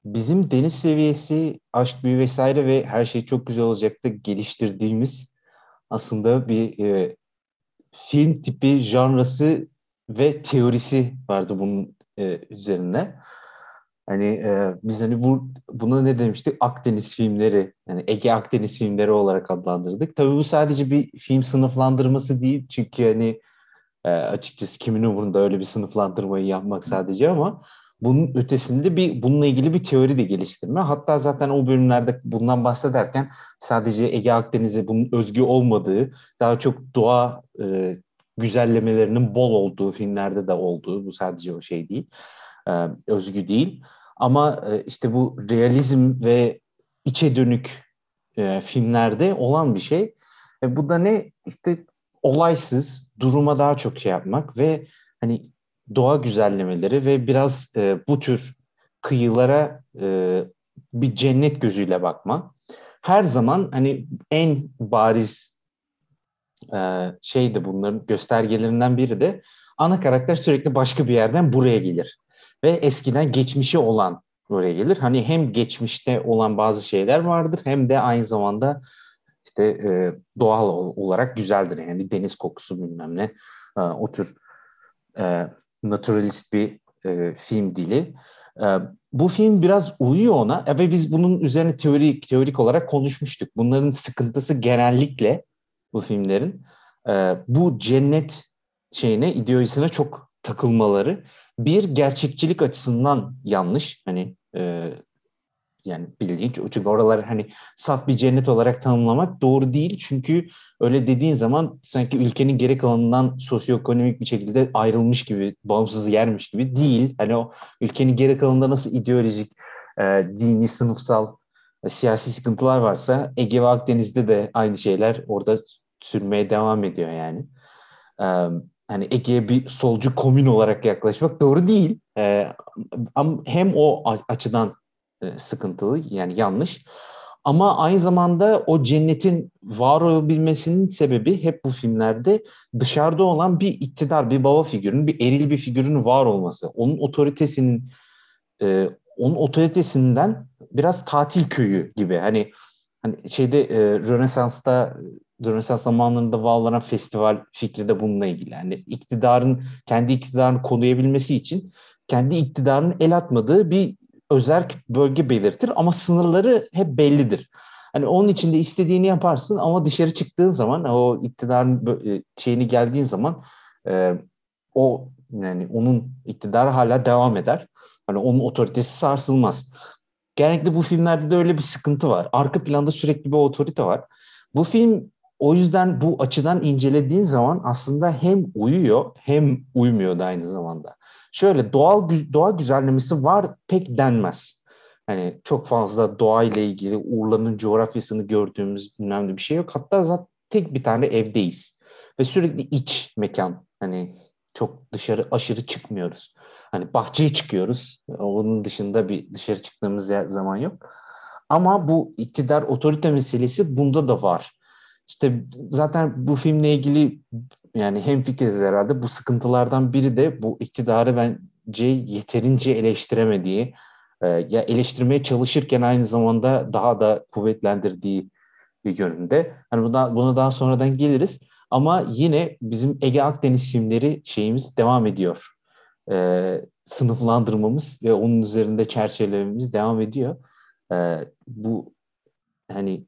bizim deniz seviyesi, aşk, büyü vesaire ve her şey çok güzel olacaktı geliştirdiğimiz aslında bir film tipi, janrası ve teorisi vardı bunun üzerine. Hani biz hani buna ne demiştik? Akdeniz filmleri, yani Ege Akdeniz filmleri olarak adlandırdık. Tabii bu sadece bir film sınıflandırması değil. Çünkü hani açıkçası kimin umurunda öyle bir sınıflandırmayı yapmak sadece ama bunun ötesinde bununla ilgili bir teori de geliştirme. Hatta zaten o bölümlerde bundan bahsederken sadece Ege Akdeniz'e bunun özgü olmadığı, daha çok doğa güzellemelerinin bol olduğu filmlerde de olduğu, bu sadece o şey değil, özgü değil. Ama işte bu realizm ve içe dönük filmlerde olan bir şey. Bu da ne? İşte olaysız, duruma daha çok şey yapmak ve hani doğa güzellemeleri ve biraz bu tür kıyılara bir cennet gözüyle bakma. Her zaman hani en bariz şey de bunların göstergelerinden biri de ana karakter sürekli başka bir yerden buraya gelir. Ve eskiden geçmişi olan buraya gelir. Hani hem geçmişte olan bazı şeyler vardır hem de aynı zamanda işte doğal olarak güzeldir. Yani deniz kokusu bilmem ne. O tür e, naturalist bir film dili. E, Bu film biraz uyuyor ona ve biz bunun üzerine teorik olarak konuşmuştuk. Bunların sıkıntısı genellikle bu filmlerin bu cennet ideolojisine çok takılmaları. Bir gerçekçilik açısından yanlış. Hani yani bildiğin çünkü oraları hani saf bir cennet olarak tanımlamak doğru değil. Çünkü öyle dediğin zaman sanki ülkenin geri kalanından sosyoekonomik bir şekilde ayrılmış gibi, bağımsız yermiş gibi değil. Hani o ülkenin geri kalanında nasıl ideolojik, dini, sınıfsal, siyasi sıkıntılar varsa Ege ve Akdeniz'de de aynı şeyler orada sürmeye devam ediyor yani. E, Hani Ege'ye bir solcu komün olarak yaklaşmak doğru değil. Ama hem o açıdan sıkıntılı yani yanlış. Ama aynı zamanda o cennetin var olabilmesinin sebebi hep bu filmlerde dışarıda olan bir iktidar, bir baba figürünün, bir eril bir figürün var olması. Onun otoritesinden biraz tatil köyü gibi. Hani Rönesans zamanlarında var olan festival fikri de bununla ilgili. Yani kendi iktidarını koruyabilmesi için kendi iktidarının el atmadığı bir özerk bölge belirtir ama sınırları hep bellidir. Hani onun içinde istediğini yaparsın ama dışarı çıktığın zaman o iktidarın şeyini geldiğin zaman e, yani onun iktidarı hala devam eder. Hani onun otoritesi sarsılmaz. Genellikle bu filmlerde de öyle bir sıkıntı var. Arka planda sürekli bir otorite var. Bu film o yüzden bu açıdan incelediğin zaman aslında hem uyuyor hem uymuyor da aynı zamanda. Şöyle doğa güzellemesi var pek denmez. Hani çok fazla doğayla ilgili Urla'nın coğrafyasını gördüğümüz bilmem ne bir şey yok. Hatta zaten tek bir tane evdeyiz. Ve sürekli iç mekan. Hani çok dışarı aşırı çıkmıyoruz. Hani bahçeye çıkıyoruz. Onun dışında bir dışarı çıktığımız zaman yok. Ama bu iktidar otorite meselesi bunda da var. İşte zaten bu filmle ilgili yani hemfikiriz herhalde. Bu sıkıntılardan biri de bu iktidarı bence yeterince eleştiremediği, ya eleştirmeye çalışırken aynı zamanda daha da kuvvetlendirdiği bir yönünde. Hani buna daha sonradan geliriz. Ama yine bizim Ege Akdeniz filmleri şeyimiz devam ediyor. Sınıflandırmamız ve onun üzerinde çerçevelememiz devam ediyor. Bu hani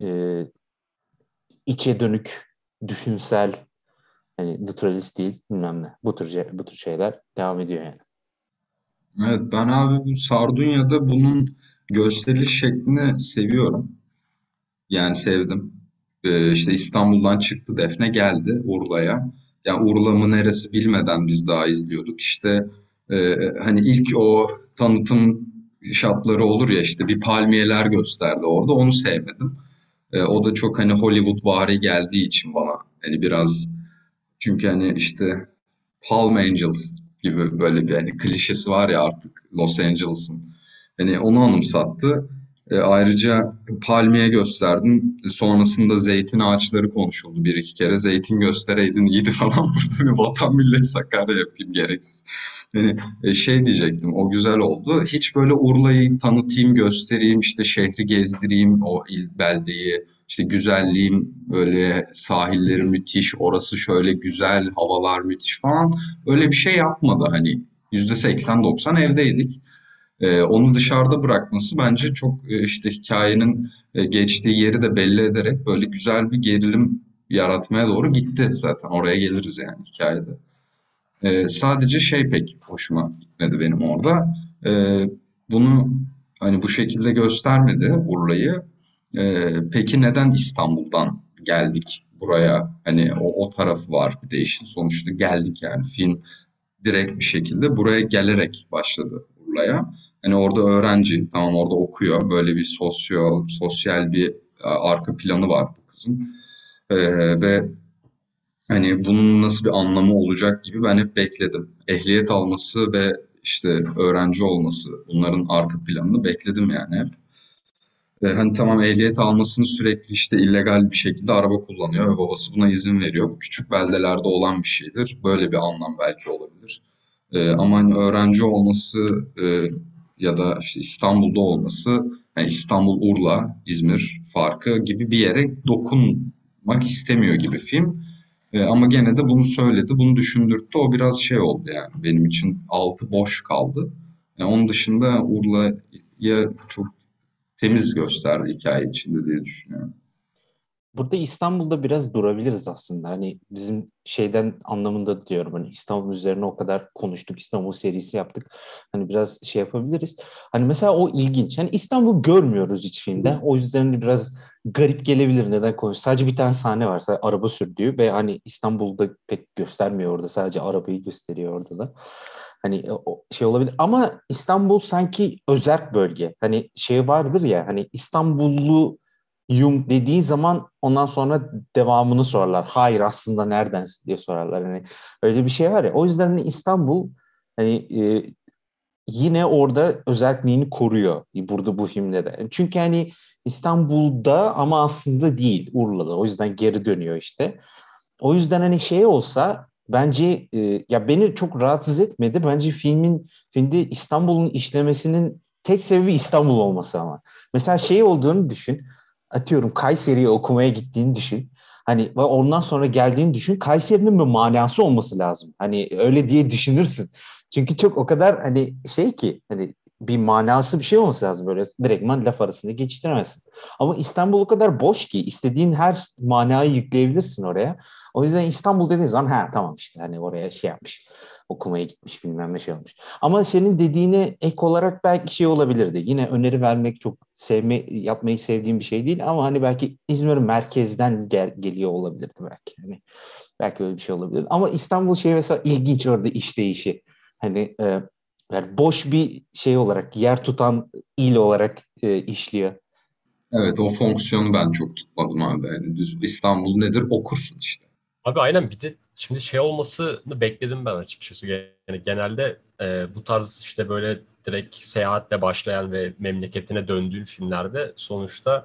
içe dönük, düşünsel, hani naturalist değil bilmem ne. Bu tür şeyler devam ediyor yani. Evet, ben abi bu Sardunya'da bunun gösteriliş şeklini seviyorum. Yani sevdim. İşte İstanbul'dan çıktı Defne geldi Urla'ya. Yani Urla mı neresi bilmeden biz daha izliyorduk. İşte hani ilk o tanıtım şatları olur ya işte bir palmiyeler gösterdi orada onu sevmedim. O da çok hani Hollywood geldiği için bana hani biraz çünkü hani işte Palm Angels gibi böyle bir hani klişesi var ya artık Los Angeles'ın. Hani onu anımsattı. Ayrıca palmiye gösterdin. Sonrasında zeytin ağaçları konuşuldu bir iki kere. Zeytin göstereydin iyiydi falan. Burada bir vatan millet Sakarya yapayım gereksiz. Yani şey diyecektim, o güzel oldu. Hiç böyle Urla'yı tanıtayım, göstereyim, işte şehri gezdireyim, o il beldeyi, işte güzelliğim, böyle sahilleri müthiş, orası şöyle güzel, havalar müthiş falan. Öyle bir şey yapmadı hani. %80-90 evdeydik. Onu dışarıda bırakması bence çok işte hikayenin geçtiği yeri de belli ederek böyle güzel bir gerilim yaratmaya doğru gitti zaten. Oraya geliriz yani hikayede. Sadece şey pek hoşuma gitmedi benim orada. Bunu hani bu şekilde göstermedi Urla'yı. Peki neden İstanbul'dan geldik buraya? Hani o tarafı var bir de işin sonuçta geldik yani film direkt bir şekilde buraya gelerek başladı Urla'ya. Hani orada öğrenci, tamam orada okuyor. Böyle bir sosyal bir arka planı var bu kızın. Ve hani bunun nasıl bir anlamı olacak gibi ben hep bekledim. Ehliyet alması ve işte öğrenci olması, bunların arka planını bekledim yani hep. Hani tamam ehliyet almasını sürekli işte illegal bir şekilde araba kullanıyor ve babası buna izin veriyor. Bu küçük beldelerde olan bir şeydir. Böyle bir anlam belki olabilir. Ama hani öğrenci olması ya da işte İstanbul'da olması, yani İstanbul, Urla, İzmir farkı gibi bir yere dokunmak istemiyor gibi film. Ama gene de bunu söyledi, bunu düşündürttü. O biraz şey oldu yani benim için altı boş kaldı. Onun dışında Urla'ya çok temiz gösterdi hikaye içinde diye düşünüyorum. Burada İstanbul'da biraz durabiliriz aslında. Hani bizim şeyden anlamında diyorum. Hani İstanbul üzerine o kadar konuştuk. İstanbul serisi yaptık. Hani biraz şey yapabiliriz. Hani mesela o ilginç. Hani İstanbul görmüyoruz hiç filmde. O yüzden hani biraz garip gelebilir. Neden konuş? Sadece bir tane sahne var. Sadece araba sürdüğü ve hani İstanbul'da pek göstermiyor orada. Sadece arabayı gösteriyor orada da. Hani o şey olabilir. Ama İstanbul sanki özerk bölge. Hani şey vardır ya hani İstanbullu Yung dediği zaman ondan sonra devamını sorarlar. Hayır aslında neredensin diye sorarlar. Hani öyle bir şey var ya. O yüzden hani İstanbul hani yine orada özelliğini koruyor burada bu filmde de. Çünkü hani İstanbul'da ama aslında değil Urla'da. O yüzden geri dönüyor işte. O yüzden hani şey olsa bence ya beni çok rahatsız etmedi. Bence filmde İstanbul'un işlemesinin tek sebebi İstanbul olması ama. Mesela şey olduğunu düşün. Atıyorum Kayseri'ye okumaya gittiğini düşün. Hani ve ondan sonra geldiğini düşün. Kayseri'nin bir manası olması lazım. Hani öyle diye düşünürsün. Çünkü çok o kadar hani şey ki hani bir manası bir şey olması lazım böyle direktman laf arasında geçiştiremezsin. Ama İstanbul o kadar boş ki istediğin her manayı yükleyebilirsin oraya. O yüzden İstanbul dediğin zaman ha tamam işte hani oraya şey yapmış. Okumaya gitmiş bilmem ne şey olmuş. Ama senin dediğine ek olarak belki şey olabilirdi. Yine öneri vermek çok yapmayı sevdiğim bir şey değil ama hani belki İzmir merkezden geliyor olabilirdi belki. Hani belki öyle bir şey olabilir. Ama İstanbul şey mesela ilginç orada işleyişi. Hani yani boş bir şey olarak yer tutan il olarak işliyor. Evet, o fonksiyonu ben çok tutmadım abi. Yani düz İstanbul nedir okursun işte. Abi aynen bir de şimdi şey olmasını bekledim ben açıkçası. Yani genelde bu tarz işte böyle direkt seyahatle başlayan ve memleketine döndüğün filmlerde sonuçta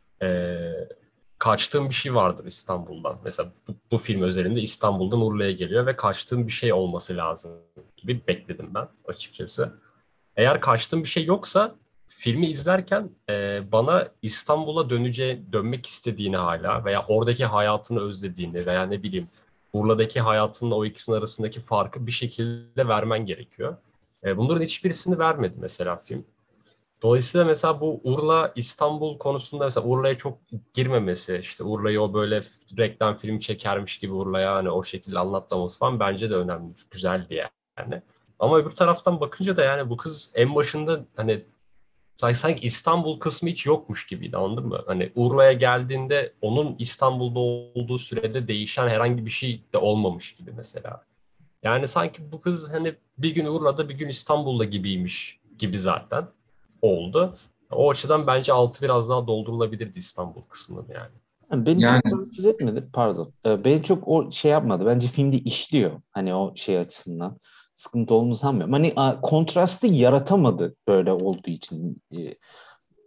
e, kaçtığım bir şey vardır İstanbul'dan. Mesela bu film özelinde İstanbul'dan Urla'ya geliyor ve kaçtığım bir şey olması lazım gibi bekledim ben açıkçası. Eğer kaçtığım bir şey yoksa filmi izlerken bana İstanbul'a dönmek istediğini hala veya oradaki hayatını özlediğini veya ne bileyim Urla'daki hayatınla o ikisinin arasındaki farkı bir şekilde vermen gerekiyor. Bunların hiçbirisini vermedi mesela film. Dolayısıyla mesela bu Urla İstanbul konusunda mesela Urla'ya çok girmemesi, işte Urla'yı o böyle reklam film çekermiş gibi Urla'ya hani o şekilde anlatmaması falan bence de önemli, güzeldi yani. Ama öbür taraftan bakınca da yani bu kız en başında hani sanki İstanbul kısmı hiç yokmuş gibiydi anladın mı? Hani Urla'ya geldiğinde onun İstanbul'da olduğu sürede değişen herhangi bir şey de olmamış gibi mesela. Yani sanki bu kız hani bir gün Urla'da bir gün İstanbul'da gibiymiş gibi zaten oldu. O açıdan bence altı biraz daha doldurulabilirdi İstanbul kısmının yani. Yani beni çok Yani rahatsız etmedi, pardon. Beni çok o şey yapmadı. Bence filmde işliyor. Hani o şey açısından. Sıkıntı olduğunu sanmıyorum. Hani kontrastı yaratamadı böyle olduğu için.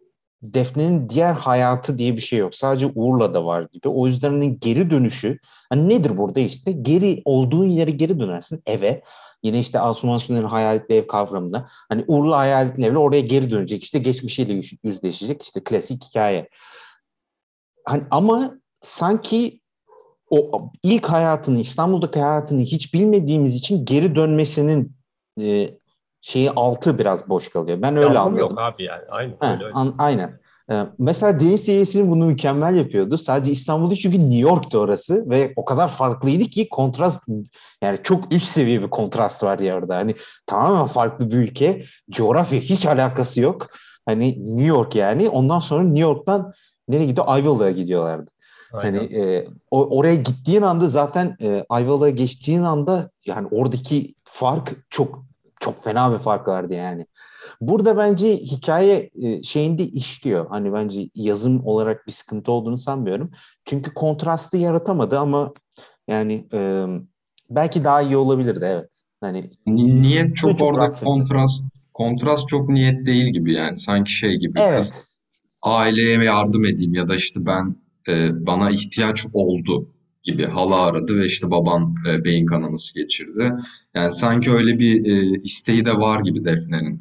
Defne'nin diğer hayatı diye bir şey yok. Sadece Uğur'la da var gibi. O yüzden hani geri dönüşü, hani nedir burada işte? Geri olduğun yere geri dönersin, eve. Yine işte Asuman Süner'in hayaletli ev kavramında. Hani Uğur'la hayaletli evle oraya geri dönecek. İşte geçmişiyle yüzleşecek. İşte klasik hikaye. Hani ama sanki o ilk hayatını, İstanbul'daki hayatını hiç bilmediğimiz için geri dönmesinin şeyi altı biraz boş kalıyor. Ben Bir öyle anlamı yok anladım. abi yani. Aynen He, öyle. aynen. Mesela Deniz Seviyesi'nin bunu mükemmel yapıyordu. Sadece İstanbul'da, çünkü New York'tu orası ve o kadar farklıydı ki kontrast, yani çok üst seviye bir kontrast var ya orada. Hani tamamen farklı bir ülke. Coğrafya hiç alakası yok. Hani New York yani. Ondan sonra New York'tan nereye gidiyor? Ayvalık'a gidiyorlardı. Hani Aynen. oraya gittiğin anda zaten Ayvalık'a geçtiğin anda yani oradaki fark çok çok fena bir fark vardı yani. Burada bence hikaye şeyinde işliyor. Hani bence yazım olarak bir sıkıntı olduğunu sanmıyorum. Çünkü kontrastı yaratamadı ama yani belki daha iyi olabilirdi, evet. Hani Niyet ve çok çok orada, rahatsız etti. kontrast çok niyet değil gibi yani. Sanki şey gibi, kız Evet. aileye yardım edeyim ya da işte ben bana ihtiyaç oldu gibi hala aradı ve işte baban beyin kanaması geçirdi. Yani sanki öyle bir isteği de var gibi Defne'nin.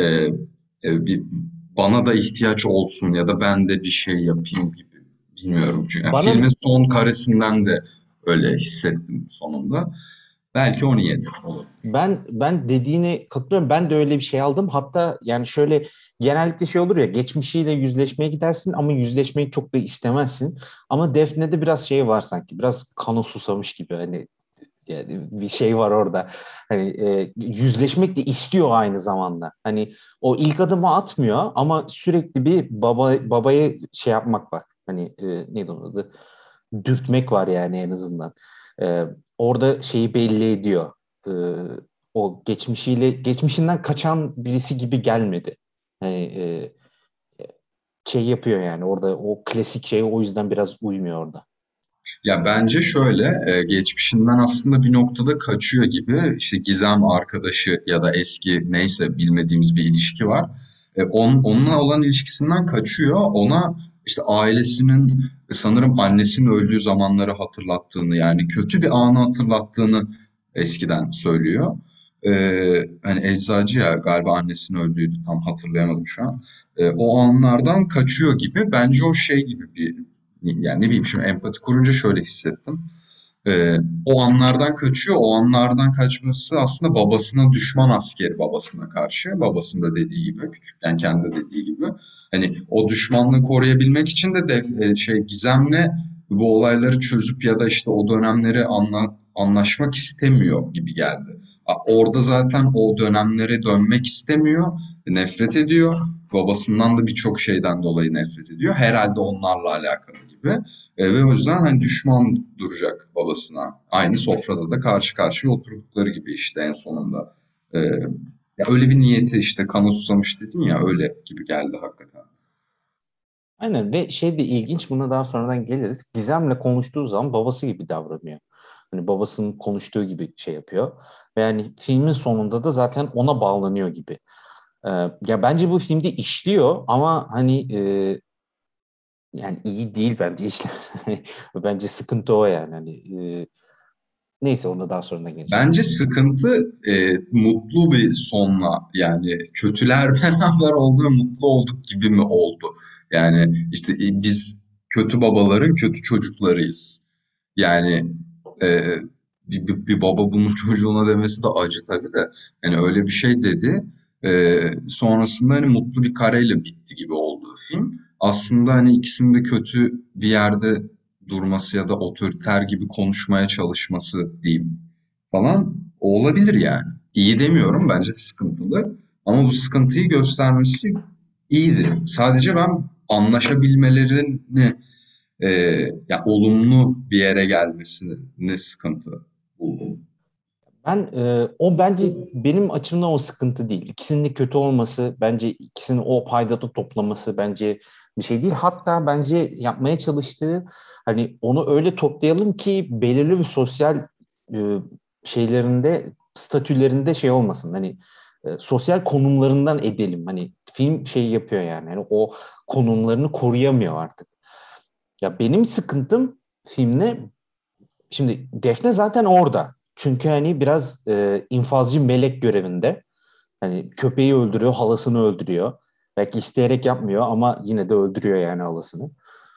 Bir bana da ihtiyaç olsun ya da ben de bir şey yapayım gibi. Bilmiyorum çünkü yani Bana filmin son karesinden de öyle hissettim sonunda. Belki o niyet olur. ben dediğine katılıyorum. Ben de öyle bir şey aldım. Hatta yani şöyle, genellikle şey olur ya, geçmişiyle yüzleşmeye gidersin ama yüzleşmeyi çok da istemezsin. Ama Defne'de biraz şey var sanki. Biraz kanı susamış gibi, hani yani bir şey var orada. Hani yüzleşmek de istiyor aynı zamanda. Hani o ilk adımı atmıyor ama sürekli bir babayı şey yapmak var. Hani neydi onun adı? Dürtmek var yani en azından. E, Orada şeyi belli ediyor. E, O geçmişinden kaçan birisi gibi gelmedi. Hani şey yapıyor yani orada, o klasik şey o yüzden biraz uymuyor orada. Ya bence şöyle, geçmişinden aslında bir noktada kaçıyor gibi. İşte Gizem arkadaşı ya da eski neyse bilmediğimiz bir ilişki var. Onunla olan ilişkisinden kaçıyor. Ona işte ailesinin sanırım annesinin öldüğü zamanları hatırlattığını yani kötü bir anı hatırlattığını eskiden söylüyor. Hani eczacı ya galiba annesinin öldüğünü tam hatırlayamadım şu an. O anlardan kaçıyor gibi. Bence o şey gibi bir yani ne bileyim şimdi empati kurunca şöyle hissettim. O anlardan kaçıyor. O anlardan kaçması aslında babasına düşman askeri babasına karşı. Babasının da dediği gibi, küçükken kendi de dediği gibi. Hani o düşmanlığı koruyabilmek için de Gizem'le bu olayları çözüp ya da işte o dönemleri anlaşmak istemiyor gibi geldi. Orada zaten o dönemlere dönmek istemiyor, nefret ediyor. Babasından da birçok şeyden dolayı nefret ediyor. Herhalde onlarla alakalı gibi. Ve o yüzden hani düşman duracak babasına. Aynı sofrada da karşı karşıya oturdukları gibi işte en sonunda. E, Ya öyle bir niyeti işte kana susamış dedin ya öyle gibi geldi hakikaten. Aynen, ve şey de ilginç, buna daha sonradan geliriz. Gizem'le konuştuğu zaman babası gibi davranıyor. Hani babasının konuştuğu gibi şey yapıyor. Ve yani filmin sonunda da zaten ona bağlanıyor gibi. Ee, Ya bence bu filmde işliyor ama hani yani iyi değil bence işler. Bence sıkıntı o yani. Hani neyse, ona daha sonradan geleceğim. Bence sıkıntı mutlu bir sonla yani kötüler beraber oldu mutlu olduk gibi mi oldu? Yani işte biz kötü babaların kötü çocuklarıyız. Yani e, bir baba bunun çocuğuna demesi de acı tabii de. Yani öyle bir şey dedi. Sonrasında hani mutlu bir kareyle bitti gibi oldu film. Aslında hani ikisinin de kötü bir yerde durması ya da otoriter gibi konuşmaya çalışması diyeyim falan olabilir yani. İyi demiyorum bence de sıkıntılı. Ama bu sıkıntıyı göstermesi iyiydi. Sadece ben anlaşabilmelerini e, ya olumlu bir yere gelmesini ne sıkıntı buldum. O bence benim açımdan o sıkıntı değil. İkisinin de kötü olması, bence ikisinin o paydatı toplaması bence bir şey değil. Hatta bence yapmaya çalıştığı, hani onu öyle toplayalım ki belirli bir sosyal e, şeylerinde, statülerinde şey olmasın. Hani sosyal konumlarından edelim. Hani film şey yapıyor yani. Yani o konumlarını koruyamıyor artık. Ya benim sıkıntım filmle, şimdi Defne zaten orada. Çünkü hani biraz infazcı melek görevinde. Hani köpeği öldürüyor, halasını öldürüyor. Belki isteyerek yapmıyor ama yine de öldürüyor yani halasını.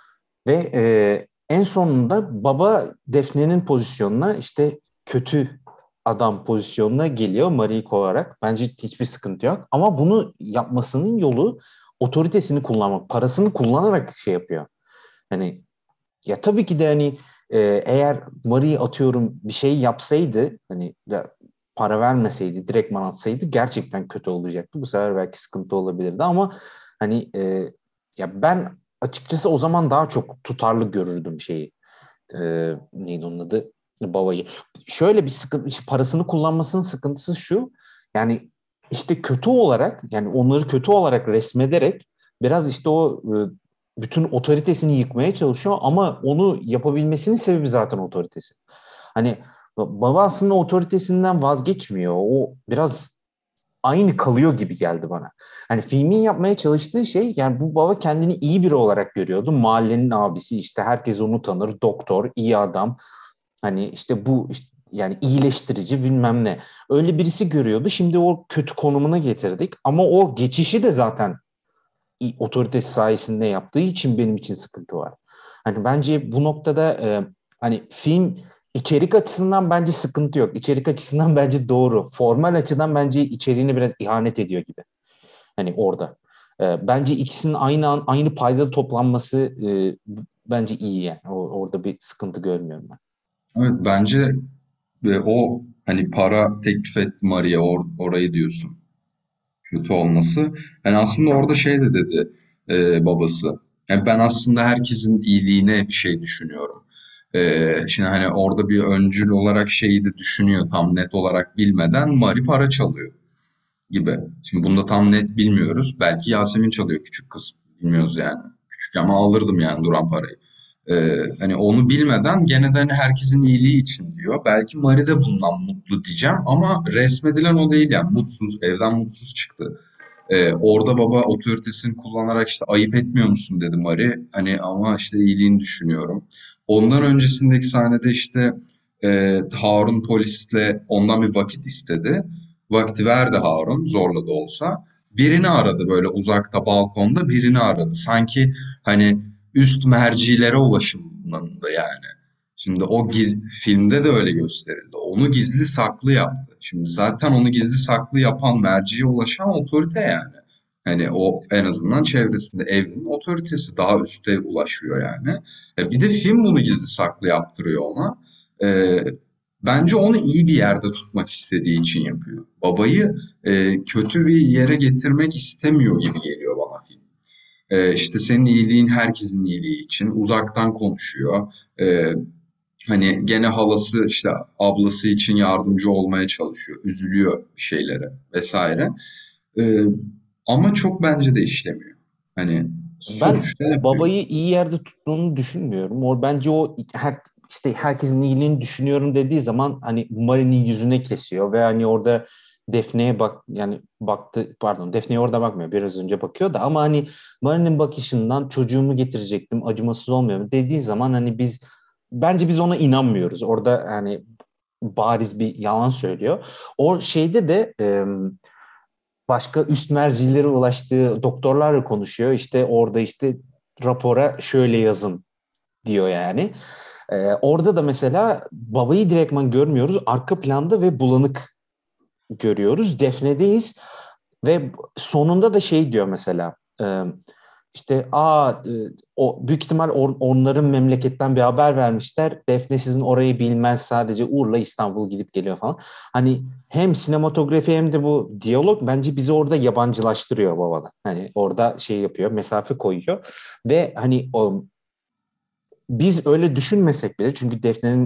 Ve en sonunda baba Defne'nin pozisyonuna, işte kötü adam pozisyonuna geliyor Marie'yi kovarak. Bence hiçbir sıkıntı yok. Ama bunu yapmasının yolu otoritesini kullanmak, parasını kullanarak şey yapıyor. Hani ya tabii ki de hani eğer Marie atıyorum bir şey yapsaydı, hani ya para vermeseydi, direktman atsaydı gerçekten kötü olacaktı. Bu sefer belki sıkıntı olabilirdi ama hani ya ben açıkçası o zaman daha çok tutarlı görürdüm şeyi. Neydi onun adı? Babayı. Şöyle bir sıkıntı, işte parasını kullanmasının sıkıntısı şu. Yani işte kötü olarak, yani onları kötü olarak resmederek biraz işte o bütün otoritesini yıkmaya çalışıyor ama onu yapabilmesinin sebebi zaten otoritesi. Hani baba aslında otoritesinden vazgeçmiyor. O biraz aynı kalıyor gibi geldi bana. Hani filmin yapmaya çalıştığı şey, yani bu baba kendini iyi biri olarak görüyordu. Mahallenin abisi, işte herkes onu tanır, doktor, iyi adam. Hani işte bu işte, yani iyileştirici bilmem ne. Öyle birisi görüyordu. Şimdi o kötü konumuna getirdik. Ama o geçişi de zaten otoritesi sayesinde yaptığı için benim için sıkıntı var. Hani bence bu noktada hani film içerik açısından bence sıkıntı yok. İçerik açısından bence doğru. Formal açıdan bence içeriğine biraz ihanet ediyor gibi. Hani orada. Bence ikisinin aynı paydada toplanması bence iyi yani. Orada bir sıkıntı görmüyorum ben. Evet, bence o hani para teklif etti Maria, orayı diyorsun. Kötü olması. Yani aslında orada şey de dedi babası. Yani ben aslında herkesin iyiliğine bir şey düşünüyorum. Şimdi hani orada bir öncül olarak şeyi de düşünüyor, tam net olarak bilmeden Mari para çalıyor gibi. Şimdi bunu da tam net bilmiyoruz. Belki Yasemin çalıyor, küçük kız. Bilmiyoruz yani. Küçük ama alırdım yani duran parayı. Hani onu bilmeden gene de hani herkesin iyiliği için diyor. Belki Mari de bundan mutlu diyeceğim ama resmedilen o değil yani. Mutsuz, evden mutsuz çıktı. Orada baba otoritesini kullanarak işte ayıp etmiyor musun dedi Mari. Hani ama işte iyiliğini düşünüyorum. Ondan öncesindeki sahnede işte Harun polisle ondan bir vakit istedi. Vakti verdi Harun, zorla da olsa. Birini aradı, böyle uzakta balkonda birini aradı. Sanki hani üst mercilere ulaşımında yani. Şimdi o filmde de öyle gösterildi. Onu gizli saklı yaptı. Şimdi zaten onu gizli saklı yapan, merciye ulaşan otorite yani. Hani o en azından çevresinde evrenin otoritesi daha üste ulaşıyor yani. Bir de film bunu gizli saklı yaptırıyor ona. E, Bence onu iyi bir yerde tutmak istediği için yapıyor. Babayı kötü bir yere getirmek istemiyor gibi geliyor bana film. İşte senin iyiliğin herkesin iyiliği için uzaktan konuşuyor. Hani gene halası işte ablası için yardımcı olmaya çalışıyor. Üzülüyor bir şeylere vesaire. Ee, Ama çok bence de işlemiyor. Hani Ben sonuçta yapıyor. babayı iyi yerde tuttuğunu düşünmüyorum. Bence o işte herkesin iyiliğini düşünüyorum dediği zaman hani Mari'nin yüzüne kesiyor ve hani orada Defne'ye yani baktı, pardon, Defne'ye orada bakmıyor, biraz önce bakıyor da, ama hani Mari'nin bakışından çocuğumu getirecektim, acımasız olmuyor mu dediği zaman hani bence biz ona inanmıyoruz. Orada hani bariz bir yalan söylüyor. O şeyde de başka üst mercilere ulaştığı doktorlarla konuşuyor. İşte orada işte rapora şöyle yazın diyor yani. Orada da mesela babayı direktman görmüyoruz. Arka planda ve bulanık görüyoruz. Defne'deyiz ve sonunda da şey diyor mesela. İşte o büyük ihtimal onların memleketten bir haber vermişler. Defne sizin orayı bilmez, sadece Urla İstanbul gidip geliyor falan. Hani hem sinematografi hem de bu diyalog bence bizi orada yabancılaştırıyor babada. Hani orada şey yapıyor, mesafe koyuyor ve hani biz öyle düşünmesek bile, çünkü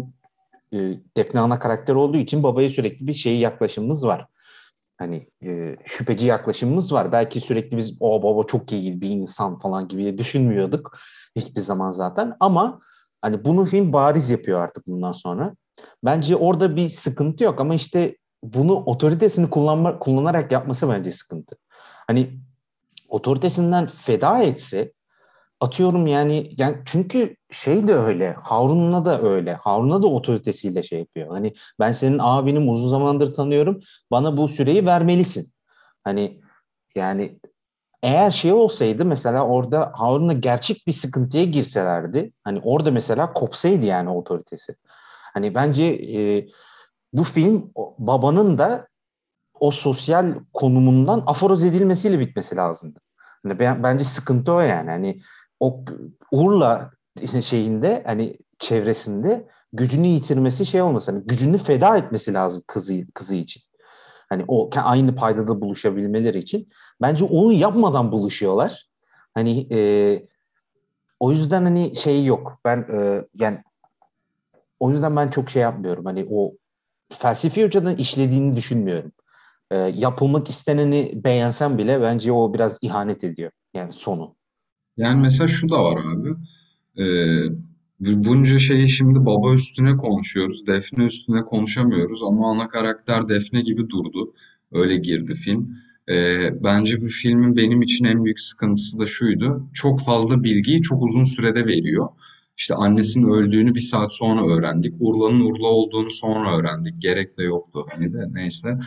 Defne ana karakter olduğu için babaya sürekli bir şey yaklaşımımız var. Hani şüpheci yaklaşımımız var. Belki sürekli biz o baba çok iyi bir insan falan gibi düşünmüyorduk hiçbir zaman zaten. Ama hani bunu film bariz yapıyor artık bundan sonra. Bence orada bir sıkıntı yok ama işte bunu otoritesini kullanarak yapması bence sıkıntı. Hani otoritesinden feda etse, atıyorum yani çünkü şey de öyle, Harun'la da öyle. Harun'la da otoritesiyle şey yapıyor. Hani ben senin abinim, uzun zamandır tanıyorum. Bana bu süreyi vermelisin. Hani yani eğer şey olsaydı, mesela orada Harun'la gerçek bir sıkıntıya girselerdi, hani orada mesela kopsaydı yani otoritesi. Hani bence bu film babanın da o sosyal konumundan aforoz edilmesiyle bitmesi lazımdı. Hani bence sıkıntı o yani. Hani o Urla şeyinde, hani çevresinde gücünü yitirmesi şey olması, hani gücünü feda etmesi lazım kızı için. Hani o aynı paydada buluşabilmeleri için. Bence onu yapmadan buluşuyorlar. Hani o yüzden hani şey yok. Yani o yüzden ben çok şey yapmıyorum. Hani o felsefi açıdan işlediğini düşünmüyorum. Yapılmak isteneni beğensem bile bence o biraz ihanet ediyor. Yani sonu. Yani mesela şu da var abi. Bunca şeyi şimdi baba üstüne konuşuyoruz. Defne üstüne konuşamıyoruz ama ana karakter Defne gibi durdu. Öyle girdi film. Bence bu filmin benim için en büyük sıkıntısı da şuydu. Çok fazla bilgiyi çok uzun sürede veriyor. İşte annesinin öldüğünü bir saat sonra öğrendik. Urla'nın Urla olduğunu sonra öğrendik. Gerek de yoktu hani de neyse.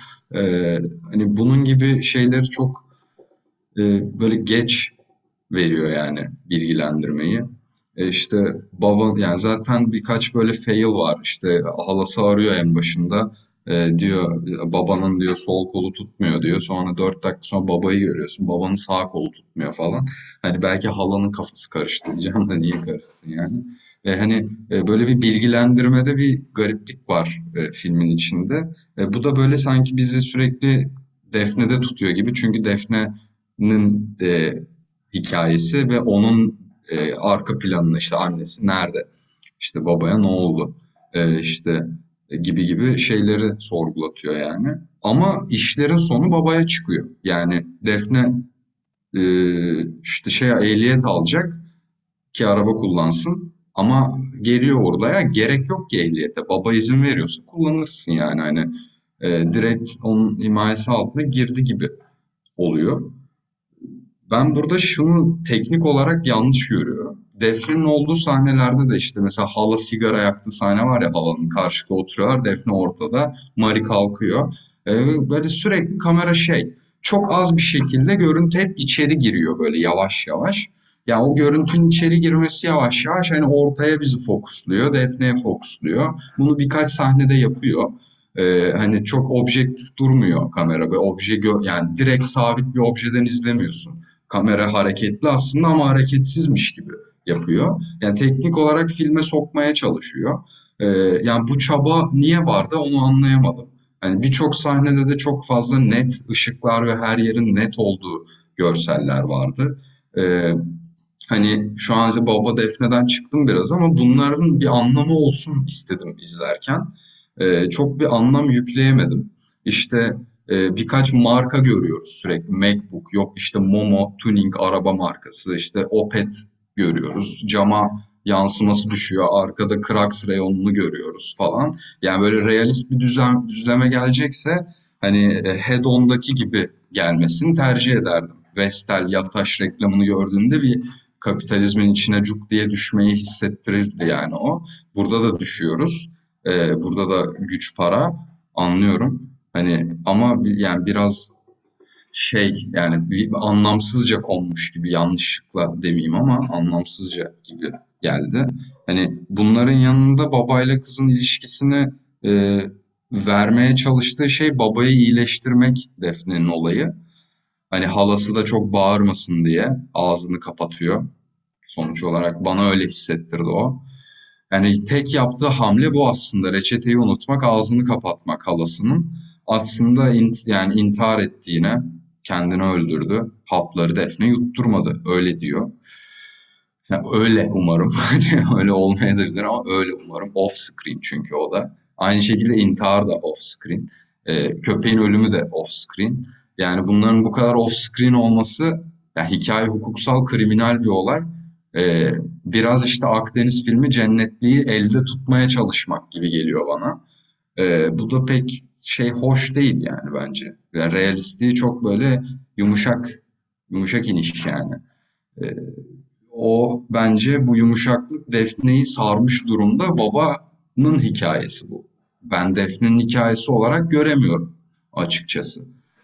Hani bunun gibi şeyleri çok böyle geç veriyor yani bilgilendirmeyi. İşte baba yani zaten birkaç böyle fail var. İşte halası arıyor en başında. Diyor babanın diyor sol kolu tutmuyor diyor. Sonra 4 dakika sonra babayı görüyorsun. Babanın sağ kolu tutmuyor falan. Hani belki halanın kafası karıştı diyeceğim de niye karışsın yani. Hani böyle bir bilgilendirmede bir gariplik var filmin içinde. Bu da böyle sanki bizi sürekli Defne'de tutuyor gibi. Çünkü Defne'nin hikayesi ve onun arka planında işte annesi nerede, işte babaya ne oldu, işte gibi gibi şeyleri sorgulatıyor yani. Ama işlerin sonu babaya çıkıyor. Yani Defne e, işte ehliyet alacak ki araba kullansın ama geliyor orada gerek yok ki ehliyete. Baba izin veriyorsa kullanırsın yani hani direkt onun himayesi altına girdi gibi oluyor. Ben burada şunu teknik olarak yanlış görüyorum. Defne'nin olduğu sahnelerde de işte mesela hala sigara yaktığı sahne var ya, halanın karşılıklı oturuyorlar. Defne ortada. Mari kalkıyor. Böyle sürekli kamera çok az bir şekilde görüntü hep içeri giriyor böyle yavaş yavaş. Yani o görüntünün içeri girmesi yavaş yavaş hani ortaya bizi fokusluyor. Defne'ye fokusluyor. Bunu birkaç sahnede yapıyor. Hani çok objektif durmuyor kamera ve yani direkt sabit bir objeden izlemiyorsun. Kamera hareketli aslında ama hareketsizmiş gibi yapıyor. Yani teknik olarak filme sokmaya çalışıyor. Ee, Yani bu çaba niye vardı onu anlayamadım. Yani birçok sahnede de çok fazla net ışıklar ve her yerin net olduğu görseller vardı. Ee, Hani şu an Baba Defne'den çıktım biraz ama bunların bir anlamı olsun istedim izlerken. Çok bir anlam yükleyemedim. İşte birkaç marka görüyoruz sürekli. MacBook, yok işte Momo Tuning araba markası, işte Opet görüyoruz. Cama yansıması düşüyor. Arkada Krax reyonunu görüyoruz falan. Yani böyle realist bir düzleme gelecekse hani Head-On'daki gibi gelmesini tercih ederdim. Vestel, Yataş reklamını gördüğümde bir kapitalizmin içine cuk diye düşmeyi hissettirirdi yani o. Burada da düşüyoruz. Burada da güç para anlıyorum. Hani ama yani biraz yani bir anlamsızca konmuş gibi, yanlışlıkla demeyeyim ama anlamsızca gibi geldi. Hani bunların yanında babayla kızın ilişkisini e, vermeye çalıştığı şey babayı iyileştirmek Defne'nin olayı. Hani halası da çok bağırmasın diye ağzını kapatıyor. Sonuç olarak bana öyle hissettirdi o. Yani tek yaptığı hamle bu aslında. Reçeteyi unutmak, ağzını kapatmak halasının. Aslında yani intihar ettiğine, kendini öldürdü. Hapları Defne yutturmadı. Öyle diyor. Yani öyle umarım. Hani öyle olmayabilir ama öyle umarım. Off screen çünkü o da. Aynı şekilde intihar da off screen. Köpeğin ölümü de off screen. Yani bunların bu kadar off screen olması, yani hikaye hukuksal kriminal bir olay. Biraz işte Akdeniz filmi Cennetliği elde tutmaya çalışmak gibi geliyor bana. Bu da pek hoş değil yani bence. Yani realistliği çok böyle yumuşak yumuşak iniş yani. Ee, O bence bu yumuşaklık Defne'yi sarmış durumda. Babanın hikayesi bu. Ben Defne'nin hikayesi olarak göremiyorum açıkçası.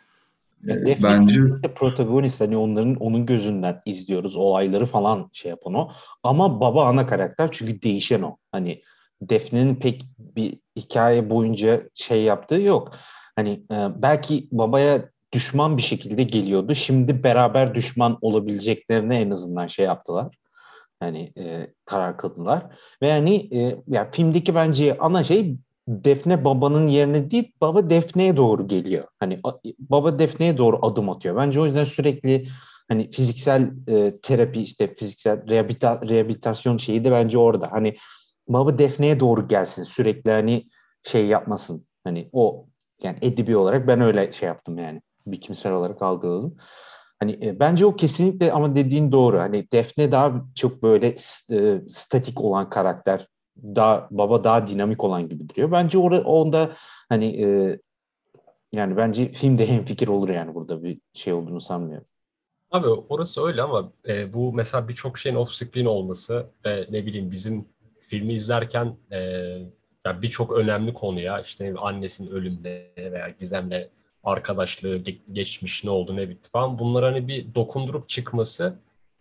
Ya Defne Bence kesinlikle protagonist, hani onun gözünden izliyoruz olayları falan şey yapan o. Ama baba ana karakter çünkü değişen o. Hani Defne'nin pek bir hikaye boyunca şey yaptığı yok. Hani belki babaya düşman bir şekilde geliyordu. Şimdi beraber düşman olabileceklerine en azından şey yaptılar. Hani karar kıldılar. Ve yani ya filmdeki bence ana şey Defne babanın yerine değil, baba Defne'ye doğru geliyor. Hani baba Defne'ye doğru adım atıyor. Bence o yüzden sürekli hani fiziksel terapi, işte fiziksel rehabilitasyon şeyi de bence orada. Hani baba Defne'ye doğru gelsin, sürekli hani şey yapmasın. Hani o, yani edebi olarak ben öyle şey yaptım yani. Biçimsel olarak algıladım. Hani bence o kesinlikle, ama dediğin doğru. Hani Defne daha çok böyle statik olan karakter. Baba daha dinamik olan gibi duruyor. Bence onda hani yani bence filmde hemfikir olur, yani burada bir şey olduğunu sanmıyorum. Abi orası öyle ama bu mesela birçok şeyin off-screen olması ve ne bileyim bizim filmi izlerken yani birçok önemli konuya işte annesinin ölümüne veya Gizem'le arkadaşlığı, geçmiş ne oldu ne bitti falan bunlar hani bir dokundurup çıkması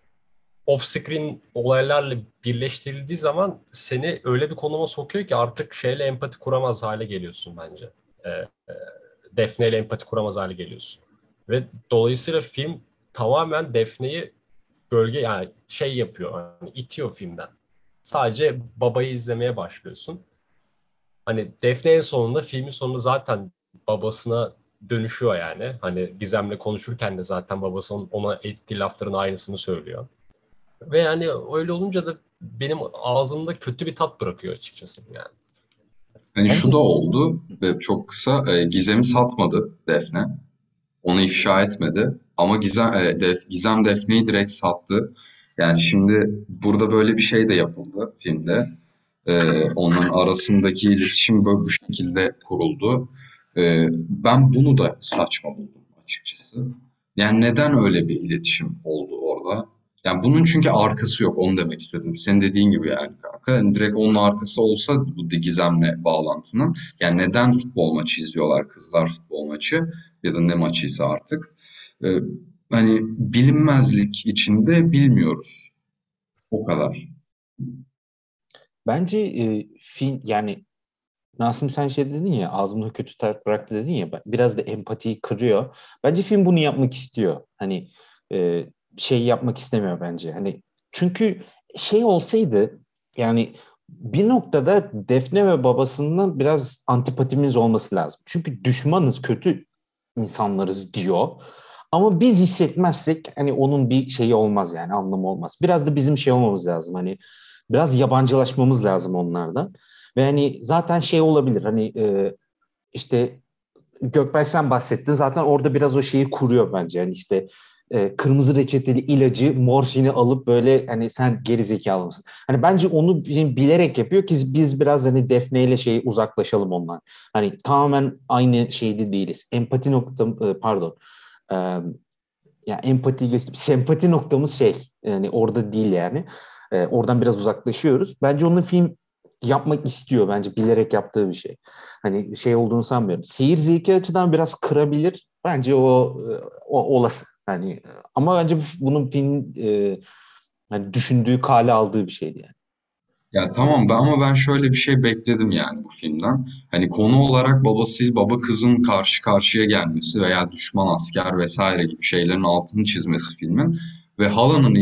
off-screen olaylarla birleştirildiği zaman seni öyle bir konuma sokuyor ki artık şeyle empati kuramaz hale geliyorsun bence. E, e, Defne ile empati kuramaz hale geliyorsun. Ve dolayısıyla film tamamen Defne'yi gölge yani şey yapıyor. Hani itiyor filmden. Sadece babayı izlemeye başlıyorsun. Hani Defne en sonunda filmin sonunda zaten babasına dönüşüyor yani. Hani Gizem'le konuşurken de zaten babasının ona ettiği lafların aynısını söylüyor. Ve yani öyle olunca da benim ağzımda kötü bir tat bırakıyor açıkçası bu yani. hani şu da Bence oldu ve çok kısa Gizem'i satmadı Defne. Onu ifşa etmedi. Ama Gizem Defne'yi direkt sattı. Yani şimdi burada böyle bir şey de yapıldı filmde. Onların arasındaki iletişim böyle bu şekilde kuruldu. Ben bunu da saçma buldum açıkçası. Yani neden öyle bir iletişim oldu orada? Yani bunun çünkü arkası yok, onu demek istedim. Senin dediğin gibi yani kanka. Yani direkt onun arkası olsa bu Gizem'le bağlantının. Yani neden futbol maçı izliyorlar kızlar, futbol maçı ya da ne maçıysa artık. Ee, Hani bilinmezlik içinde bilmiyoruz. O kadar. bence film, yani Nasım sen şey dedin ya, ağzımda kötü tat bıraktı dedin ya, biraz da empatiyi kırıyor. Bence film bunu yapmak istiyor. Hani e, şey yapmak istemiyor bence. Hani çünkü şey olsaydı, yani bir noktada Defne ve babasından biraz antipatimiz olması lazım. Çünkü düşmanız, kötü insanlarız diyor. Ama biz hissetmezsek hani onun bir şeyi olmaz, yani anlamı olmaz. Biraz da bizim şey olmamız lazım, hani biraz yabancılaşmamız lazım onlardan. Ve hani zaten şey olabilir, hani işte Gökberk sen bahsettin, zaten orada biraz o şeyi kuruyor bence. Yani işte kırmızı reçeteli ilacı, morfini alıp böyle, hani sen geri zekalı mısın? Hani bence onu bilerek yapıyor ki biz biraz hani Defne ile şey uzaklaşalım ondan. Hani tamamen aynı şeyde değiliz. Empati noktam pardon. E, Ya empati geçtim. Sempati noktamız şey, yani orada değil yani. Oradan biraz uzaklaşıyoruz. Bence onun film yapmak istiyor. Bence bilerek yaptığı bir şey. Hani şey olduğunu sanmıyorum. Seyir zevki açıdan biraz kırabilir. Bence o olası. Hani ama bence bunun film hani düşündüğü, kale aldığı bir şeydi yani. Ya tamam ama ben şöyle bir şey bekledim yani bu filmden. Hani konu olarak baba kızın karşı karşıya gelmesi veya düşman asker vesaire gibi şeylerin altını çizmesi filmin ve halanın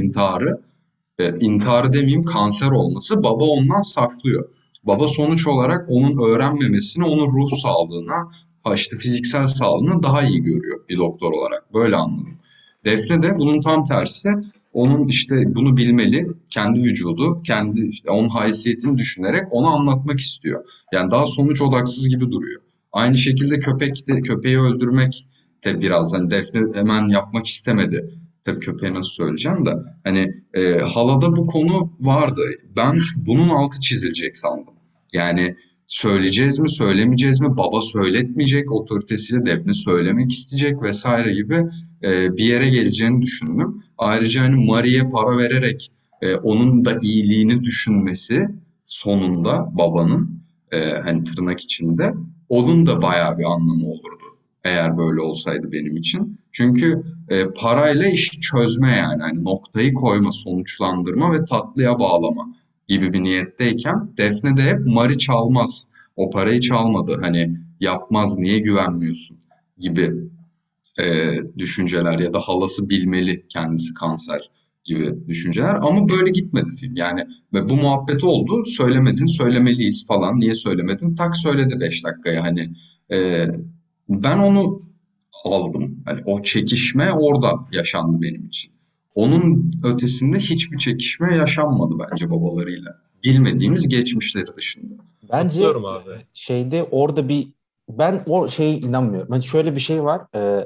intiharı demeyeyim kanser olması baba ondan saklıyor. Baba sonuç olarak onun öğrenmemesini, onun ruh sağlığına, ha işte fiziksel sağlığını daha iyi görüyor bir doktor olarak. Böyle anladım. Defne de bunun tam tersi. Onun işte bunu bilmeli, kendi vücudu, kendi işte onun haysiyetini düşünerek onu anlatmak istiyor. Yani daha sonuç odaksız gibi duruyor. Aynı şekilde köpeği öldürmek de biraz hani Defne hemen yapmak istemedi. Tabii köpeğe nasıl söyleyeceğim de hani halada bu konu vardı. Ben bunun altı çizilecek sandım. Yani söyleyeceğiz mi, söylemeyeceğiz mi? Baba söyletmeyecek, otoritesiyle Defne söylemek isteyecek vesaire gibi bir yere geleceğini düşündüm. Ayrıca hani Mari'ye para vererek onun da iyiliğini düşünmesi sonunda babanın hani tırnak içinde onun da bayağı bir anlamı olurdu. Eğer böyle olsaydı benim için. Çünkü parayla işi çözme yani hani noktayı koyma, sonuçlandırma ve tatlıya bağlama gibi bir niyetteyken Defne de hep Mari çalmaz. O parayı çalmadı. Hani yapmaz niye güvenmiyorsun gibi düşünceler ya da halası bilmeli kendisi kanser gibi düşünceler. Ama böyle gitmedi film. Yani ve bu muhabbet oldu. Söylemedin, söylemeliyiz falan. Niye söylemedin? Tak söyledi 5 dakikaya hani. E, Ben onu aldım. Hani o çekişme orada yaşandı benim için. Onun ötesinde hiçbir çekişme yaşanmadı bence babalarıyla. Bilmediğimiz geçmişleri dışında. Bence Katılıyorum abi. şeyde orada bir ben o şeye inanmıyorum. Hani şöyle bir şey var.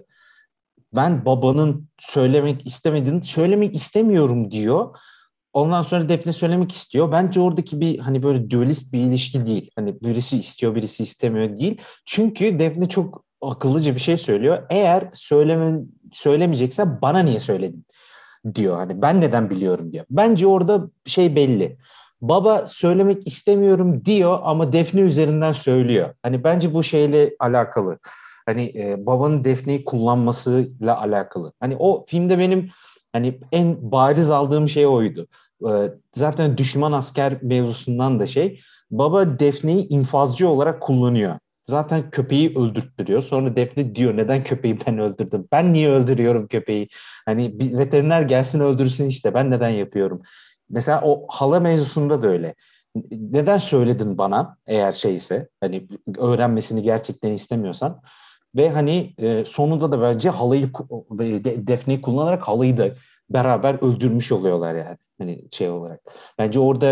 Ben babanın söylemek istemediğini söylemek istemiyorum diyor. Ondan sonra Defne söylemek istiyor. Bence oradaki bir hani böyle dualist bir ilişki değil. Hani birisi istiyor, birisi istemiyor değil. Çünkü Defne çok akıllıca bir şey söylüyor. Eğer söylemeyeceksen bana niye söyledin diyor. Hani ben neden biliyorum diyor. Bence orada şey belli. Baba söylemek istemiyorum diyor ama Defne üzerinden söylüyor. Hani bence bu şeyle alakalı. Hani babanın Defne'yi kullanmasıyla alakalı. Hani o filmde benim hani en bariz aldığım şey oydu. Zaten düşman asker mevzusundan da şey. Baba Defne'yi infazcı olarak kullanıyor. Zaten köpeği öldürttürüyor. Sonra Defne diyor neden köpeği ben öldürdüm? Ben niye öldürüyorum köpeği? Hani bir veteriner gelsin öldürsün işte ben neden yapıyorum? Mesela o hala mevzusunda da öyle. Neden söyledin bana eğer şeyse hani öğrenmesini gerçekten istemiyorsan ve hani sonunda da bence halayı Defne'yi kullanarak halayı da beraber öldürmüş oluyorlar yani hani şey olarak. Bence orada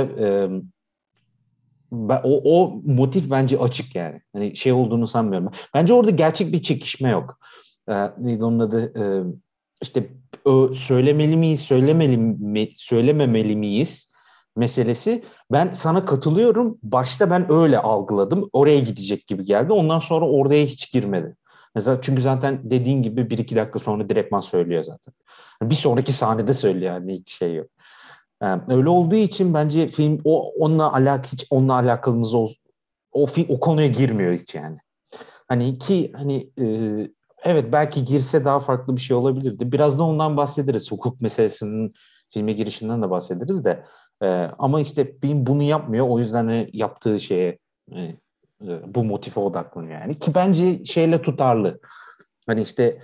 o motif bence açık yani. Hani şey olduğunu sanmıyorum. Bence orada gerçek bir çekişme yok. Neydi onun adı? İşte söylemeli miyiz, söylememeli miyiz meselesi. Ben sana katılıyorum. Başta ben öyle algıladım. Oraya gidecek gibi geldi. Ondan sonra oraya hiç girmedi. Mesela çünkü zaten dediğin gibi bir iki dakika sonra direktman söylüyor zaten. Bir sonraki sahnede söylüyor yani hiç şey yok. Öyle olduğu için bence film hiç onunla alakalımız o konuya girmiyor hiç yani. Hani ki hani evet belki girse daha farklı bir şey olabilirdi. Biraz da ondan bahsederiz. Hukuk meselesinin filme girişinden de bahsederiz de. Ama işte film bunu yapmıyor. O yüzden hani yaptığı şeye bu motife odaklanıyor yani. Ki bence şeyle tutarlı. Hani işte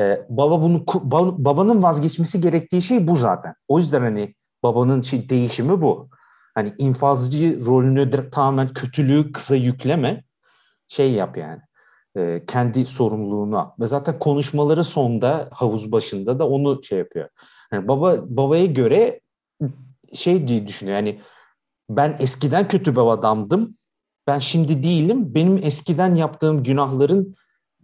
babanın vazgeçmesi gerektiği şey bu zaten. O yüzden hani babanın değişimi bu. Hani infazcı rolünü tamamen kötülüğü kıza yükleme. Şey yap yani. Kendi sorumluluğuna. Ve zaten konuşmaları sonda havuz başında da onu şey yapıyor. Yani babaya göre şey diye düşünüyor. Yani ben eskiden kötü bir adamdım. Ben şimdi değilim. Benim eskiden yaptığım günahların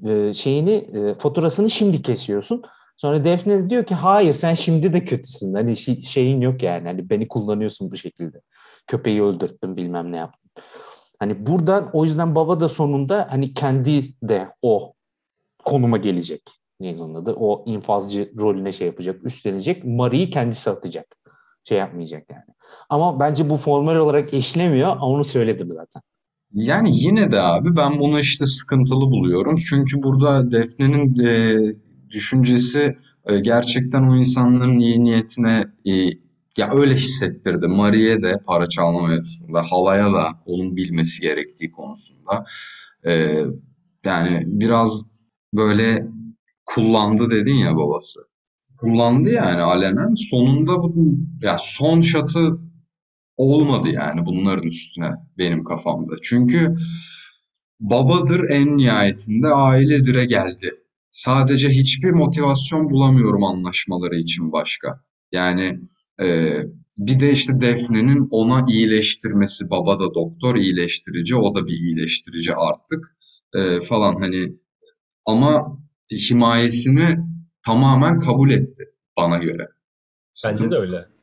faturasını şimdi kesiyorsun. Sonra Defne de diyor ki hayır sen şimdi de kötüsün. Hani şeyin yok yani. Hani beni kullanıyorsun bu şekilde. Köpeği öldürttün bilmem ne yaptın. Hani buradan o yüzden baba da sonunda hani kendi de o konuma gelecek. Neydi onun adı? O infazcı rolüne şey yapacak, üstlenecek. Mari'yi kendisi atacak. Şey yapmayacak yani. Ama bence bu formal olarak eşlemiyor. Onu söyledim zaten. Yani yine de abi ben bunu işte sıkıntılı buluyorum. Çünkü burada Defne'nin düşüncesi gerçekten o insanların iyi niyetine ya öyle hissettirdi. Mari'ye de para çalma mevzusunda, halaya da onun bilmesi gerektiği konusunda. E, Yani biraz böyle kullandı dedin ya babası. Kullandı yani alenen. Sonunda bu ya son şatı olmadı yani bunların üstüne benim kafamda. Çünkü babadır en nihayetinde ailedir'e geldi. Sadece hiçbir motivasyon bulamıyorum anlaşmaları için başka. Yani e, bir de işte Defne'nin ona iyileştirmesi, baba da doktor iyileştirici, o da bir iyileştirici artık falan hani ama himayesini tamamen kabul etti bana göre. Bence de öyle.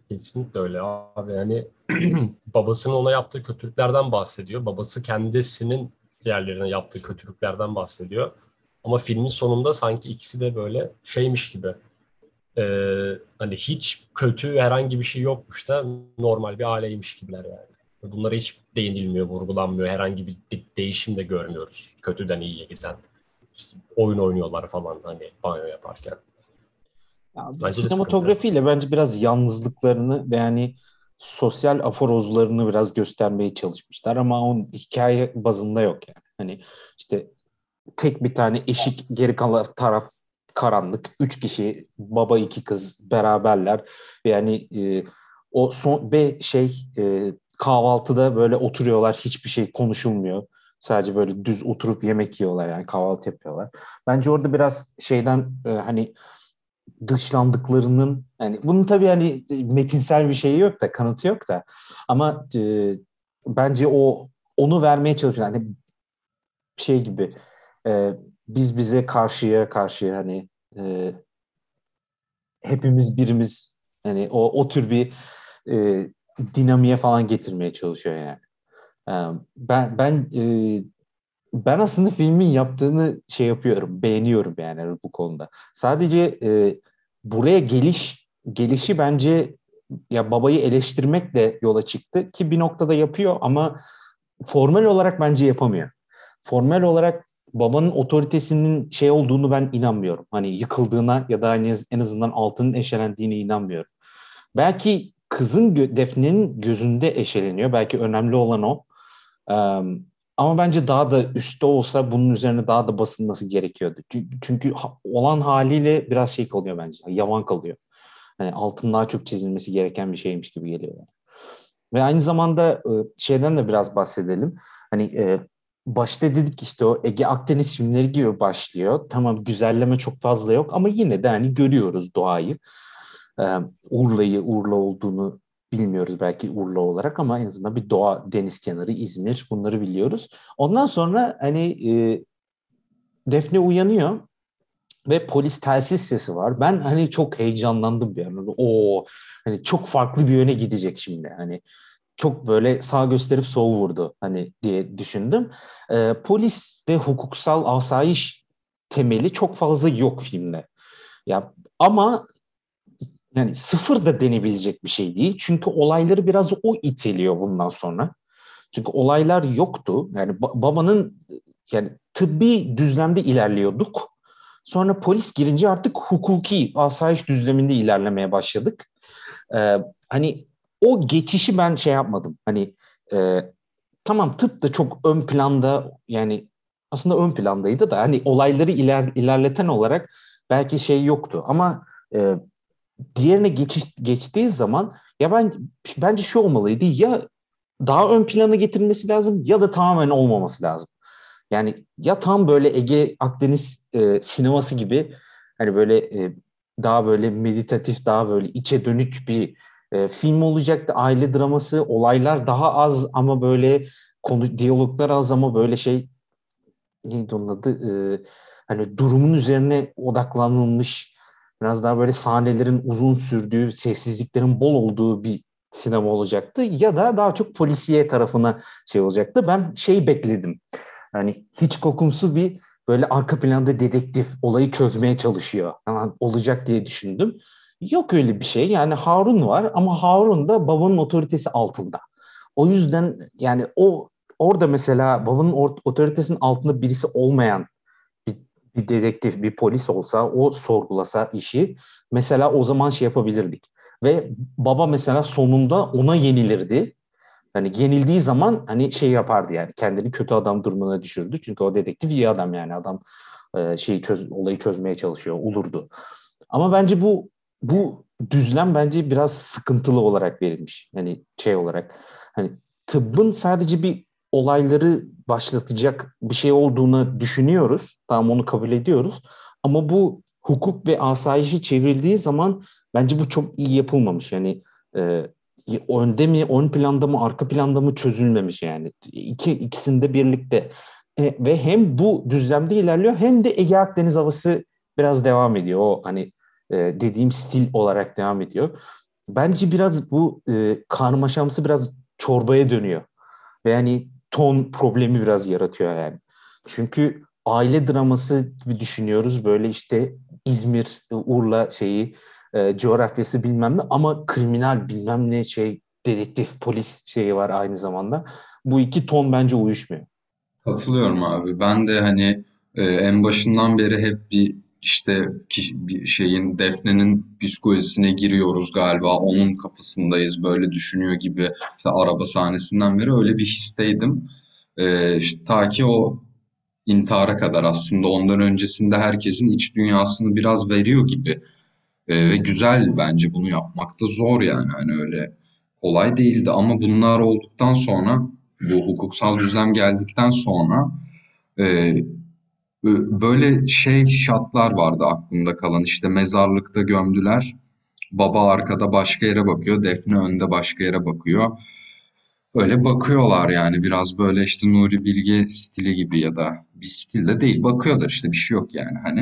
Kesinlikle öyle abi. Yani babasının ona yaptığı kötülüklerden bahsediyor. Babası kendisinin diğerlerine yaptığı kötülüklerden bahsediyor. Ama filmin sonunda sanki ikisi de böyle şeymiş gibi. Hani hiç kötü herhangi bir şey yokmuş da normal bir aileymiş gibiler yani. Bunlara hiç değinilmiyor, vurgulanmıyor. Herhangi bir değişim de görmüyoruz. Kötüden iyiye giden. İşte oyun oynuyorlar falan hani banyo yaparken. Ya, bu Bence de sıkıntı. sinematografiyle bence biraz yalnızlıklarını ve yani sosyal aforozlarını biraz göstermeye çalışmışlar ama onun hikaye bazında yok yani. Hani işte tek bir tane eşik, geri kalan taraf karanlık. Üç kişi, baba iki kız beraberler. Yani o son ve kahvaltıda böyle oturuyorlar, hiçbir şey konuşulmuyor. Sadece böyle düz oturup yemek yiyorlar yani kahvaltı yapıyorlar. Bence orada biraz şeyden hani dışlandıklarının, yani bunun tabii hani metinsel bir şeyi yok da, kanıtı yok da, ama bence onu vermeye çalışıyor. Yani şey gibi, e, biz bize karşıya hani e, hepimiz birimiz, hani o tür bir e, dinamiğe falan getirmeye çalışıyor yani. Ben aslında filmin yaptığını şey yapıyorum, beğeniyorum yani bu konuda. Sadece buraya gelişi bence ya babayı eleştirmekle yola çıktı ki bir noktada yapıyor ama formal olarak bence yapamıyor. Formal olarak babanın otoritesinin şey olduğunu ben inanmıyorum. Hani yıkıldığına ya da hani en azından altının eşelendiğine inanmıyorum. Belki kızın Defne'nin gözünde eşeleniyor. Belki önemli olan o. Ama bence daha da üstte olsa bunun üzerine daha da basılması gerekiyordu. Çünkü olan haliyle biraz şey kalıyor bence. Yavan kalıyor. Hani altın daha çok çizilmesi gereken bir şeymiş gibi geliyor. Ve aynı zamanda şeyden de biraz bahsedelim. Hani başta dedik işte o Ege Akdeniz filmleri gibi başlıyor. Tamam, güzelleme çok fazla yok ama yine de hani görüyoruz doğayı. Urla olduğunu bilmiyoruz belki Urla olarak ama en azından bir doğa, deniz kenarı, İzmir, bunları biliyoruz. Ondan sonra hani Defne uyanıyor ve polis telsiz sesi var. Ben hani çok heyecanlandım bir an. O hani çok farklı bir yöne gidecek şimdi. Hani çok böyle sağ gösterip sol vurdu hani diye düşündüm. Polis ve hukuksal asayiş temeli çok fazla yok filmde. Ya ama yani sıfır da denebilecek bir şey değil. Çünkü olayları biraz o iteliyor bundan sonra. Çünkü olaylar yoktu. Yani babanın, yani tıbbi düzlemde ilerliyorduk. Sonra polis girince artık hukuki asayiş düzleminde ilerlemeye başladık. Hani o geçişi ben şey yapmadım. Hani e, tamam, tıp da çok ön planda, yani aslında ön plandaydı da hani olayları ilerleten olarak belki şey yoktu. Ama diğerine geçtiği zaman ya bence şu olmalıydı: ya daha ön plana getirilmesi lazım ya da tamamen olmaması lazım. Yani ya tam böyle Ege Akdeniz sineması gibi hani böyle daha böyle meditatif, daha böyle içe dönük bir film olacaktı. Aile draması, olaylar daha az ama böyle diyaloglar az ama böyle şey, neydi onun adı? Hani durumun üzerine odaklanılmış, biraz daha böyle sahnelerin uzun sürdüğü, sessizliklerin bol olduğu bir sinema olacaktı. Ya da daha çok polisiye tarafına şey olacaktı. Ben şey bekledim. Hani Hitchcock'umsu bir böyle arka planda dedektif olayı çözmeye çalışıyor. Yani olacak diye düşündüm. Yok öyle bir şey. Yani Harun var ama Harun da babanın otoritesi altında. O yüzden yani orada mesela babanın otoritesinin altında birisi olmayan bir, bir dedektif, bir polis olsa, o sorgulasa işi, mesela o zaman şey yapabilirdik. Ve baba mesela sonunda ona yenilirdi. Hani yenildiği zaman hani şey yapardı, yani kendini kötü adam durumuna düşürdü. Çünkü o dedektif iyi adam, yani adam olayı çözmeye çalışıyor olurdu. Ama bence bu düzlem bence biraz sıkıntılı olarak verilmiş. Yani şey olarak, hani tıbbın sadece bir olayları başlatacak bir şey olduğunu düşünüyoruz. Tamam, onu kabul ediyoruz. Ama bu hukuk ve asayişi çevrildiği zaman bence bu çok iyi yapılmamış. Yani e, önde mi, ön planda mı, arka planda mı çözülmemiş yani. İkisinde birlikte. Ve hem bu düzlemde ilerliyor hem de Ege Akdeniz havası biraz devam ediyor. O hani dediğim stil olarak devam ediyor. Bence biraz bu karmaşamsı biraz çorbaya dönüyor. Ve yani ton problemi biraz yaratıyor yani. Çünkü aile draması gibi düşünüyoruz. Böyle işte İzmir, Urla şeyi, coğrafyası bilmem ne ama kriminal bilmem ne şey, dedektif, polis şeyi var aynı zamanda. Bu iki ton bence uyuşmuyor. Katılıyorum abi. Ben de hani en başından beri hep bir işte bir şeyin Defne'nin psikolojisine giriyoruz galiba. Onun kafasındayız böyle düşünüyor gibi. İşte araba sahnesinden beri öyle bir histeydim. İşte ta ki o intihara kadar aslında ondan öncesinde herkesin iç dünyasını biraz veriyor gibi. Ve güzel bence bunu yapmak da zor yani hani öyle kolay değildi ama bunlar olduktan sonra bu hukuksal düzlem geldikten sonra e, böyle şey şartlar vardı aklımda kalan işte mezarlıkta gömdüler. Baba arkada başka yere bakıyor, Defne önde başka yere bakıyor. Öyle bakıyorlar yani biraz böyle işte Nuri Bilge stili gibi ya da bir stilde değil bakıyorlar işte bir şey yok yani hani.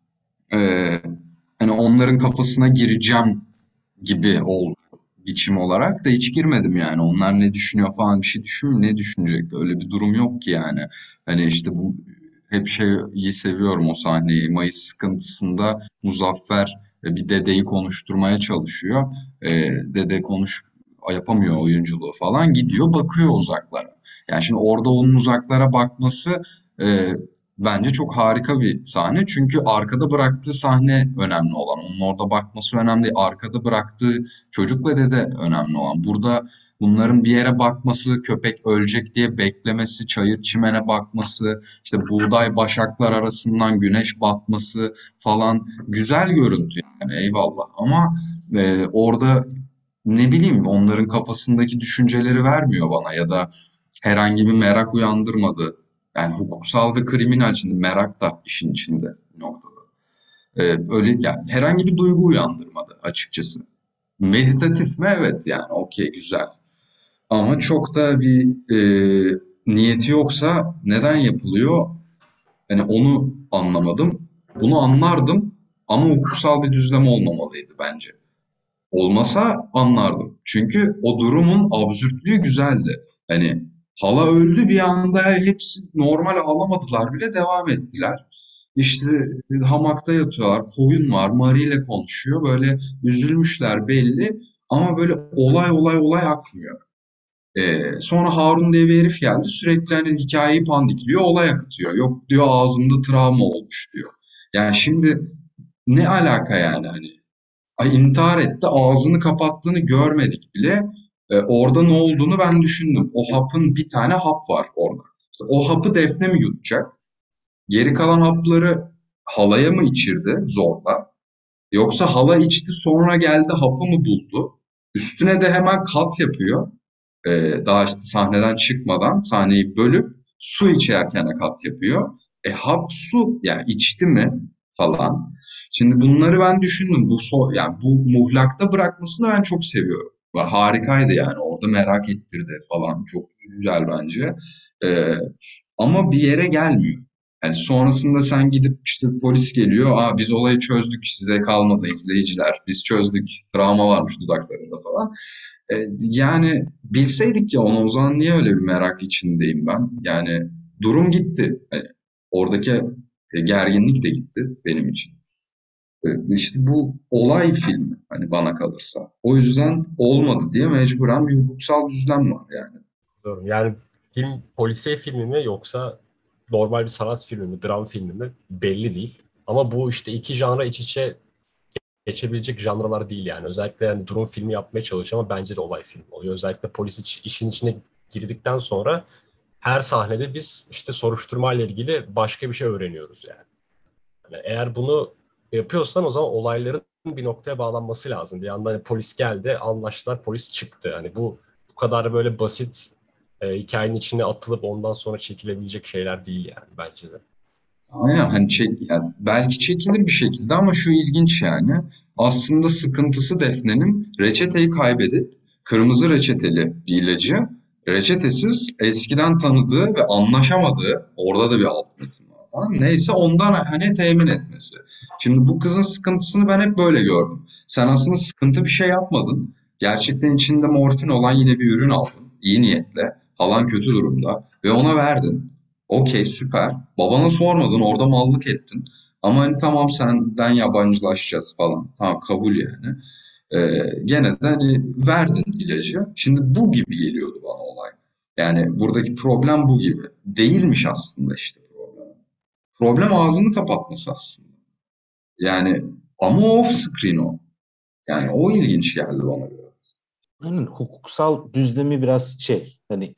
Ee, Hani onların kafasına gireceğim gibi oldu biçim olarak da hiç girmedim yani. Onlar ne düşünüyor falan bir şey düşün ne düşünecek? Öyle bir durum yok ki yani. Hani işte bu hep şeyi seviyorum o sahneyi. Mayıs sıkıntısında Muzaffer bir dedeyi konuşturmaya çalışıyor. Dede yapamıyor oyunculuğu falan. Gidiyor bakıyor uzaklara. Yani şimdi orada onun uzaklara bakması e, bence çok harika bir sahne. Çünkü arkada bıraktığı sahne önemli olan. Onun orada bakması önemli değil. Arkada bıraktığı çocuk ve dede önemli olan. Burada bunların bir yere bakması, köpek ölecek diye beklemesi, çayır çimene bakması, işte buğday başaklar arasından güneş batması falan güzel görüntü yani eyvallah. Ama orada ne bileyim onların kafasındaki düşünceleri vermiyor bana ya da herhangi bir merak uyandırmadı. Yani hukuksal ve kriminal şimdi merak da işin içinde bir noktada. Öyle yani herhangi bir duygu uyandırmadı açıkçası. Meditatif mi? Evet yani okey güzel. Ama çok da bir niyeti yoksa neden yapılıyor? Hani onu anlamadım. Bunu anlardım ama hukuksal bir düzlem olmamalıydı bence. Olmasa anlardım. Çünkü o durumun absürtlüğü güzeldi. Hani hala öldü bir anda hepsi normal ağlamadılar bile devam ettiler. İşte hamakta yatıyorlar, koyun var, Mari ile konuşuyor. Böyle üzülmüşler belli ama böyle olay akmıyor. Sonra Harun diye bir herif geldi sürekli hani hikayeyi pandikliyor, olay akıtıyor. Yok diyor ağzında travma olmuş diyor. Yani şimdi ne alaka yani hani ay intihar etti, ağzını kapattığını görmedik bile. Orada ne olduğunu ben düşündüm. O hapın bir tane hap var orada. İşte o hapı Defne mi yutacak? Geri kalan hapları halaya mı içirdi zorla? Yoksa hala içti sonra geldi hapı mı buldu? Üstüne de hemen kat yapıyor. Daha işte sahneden çıkmadan sahneyi bölüp su içerken kat yapıyor. Hap su yani içti mi falan. Şimdi bunları ben düşündüm. Yani bu muhlakta bırakmasını ben çok seviyorum. Ve harikaydı yani orada merak ettirdi falan. Çok güzel bence. Ee, Ama bir yere gelmiyor. Yani sonrasında sen gidip işte polis geliyor. Aa biz olayı çözdük size kalmadı izleyiciler. Biz çözdük. Travma varmış dudaklarında falan. Yani bilseydik ya onu o zaman niye öyle bir merak içindeyim ben? Yani durum gitti. Hani oradaki gerginlik de gitti benim için. İşte bu olay filmi hani bana kalırsa. O yüzden olmadı diye mecburen bir hukuksal düzlem var yani. Doğru. Yani film polisiye filmi mi yoksa normal bir sanat filmi mi, dram filmi mi belli değil. Ama bu işte iki janra iç içe geçebilecek janralar değil yani. Özellikle yani durum filmi yapmaya çalışıyor ama bence de olay filmi oluyor. Özellikle polis işin içine girdikten sonra her sahnede biz işte soruşturma ile ilgili başka bir şey öğreniyoruz yani. Yani eğer bunu yapıyorsan o zaman olayların bir noktaya bağlanması lazım. Bir yandan hani polis geldi, anlaştılar, polis çıktı. Hani bu kadar böyle basit hikayenin içine atılıp ondan sonra çekilebilecek şeyler değil yani bence de. Aynen hani yani belki çekilir bir şekilde ama şu ilginç yani. Aslında sıkıntısı Defne'nin reçeteyi kaybedip kırmızı reçeteli bir ilacı reçetesiz eskiden tanıdığı ve anlaşamadığı orada da bir alt metin var falan. Neyse ondan hani temin etmesi. Şimdi bu kızın sıkıntısını ben hep böyle gördüm. Sen aslında sıkıntı bir şey yapmadın. Gerçekten içinde morfin olan yine bir ürün aldın. İyi niyetle. Halan kötü durumda. Ve ona verdin. Okey, süper. Babana sormadın, orada mallık ettin. Ama hani tamam, senden yabancılaşacağız falan. Tamam, kabul yani. Gene de hani verdin ilacı. Şimdi bu gibi geliyordu bana olay. Yani buradaki problem bu gibi. Değilmiş aslında işte problem. Problem ağzını kapatması aslında. Yani ama off screen o. Yani o ilginç geldi bana biraz. Aynen, hukuksal düzlemi biraz şey, hani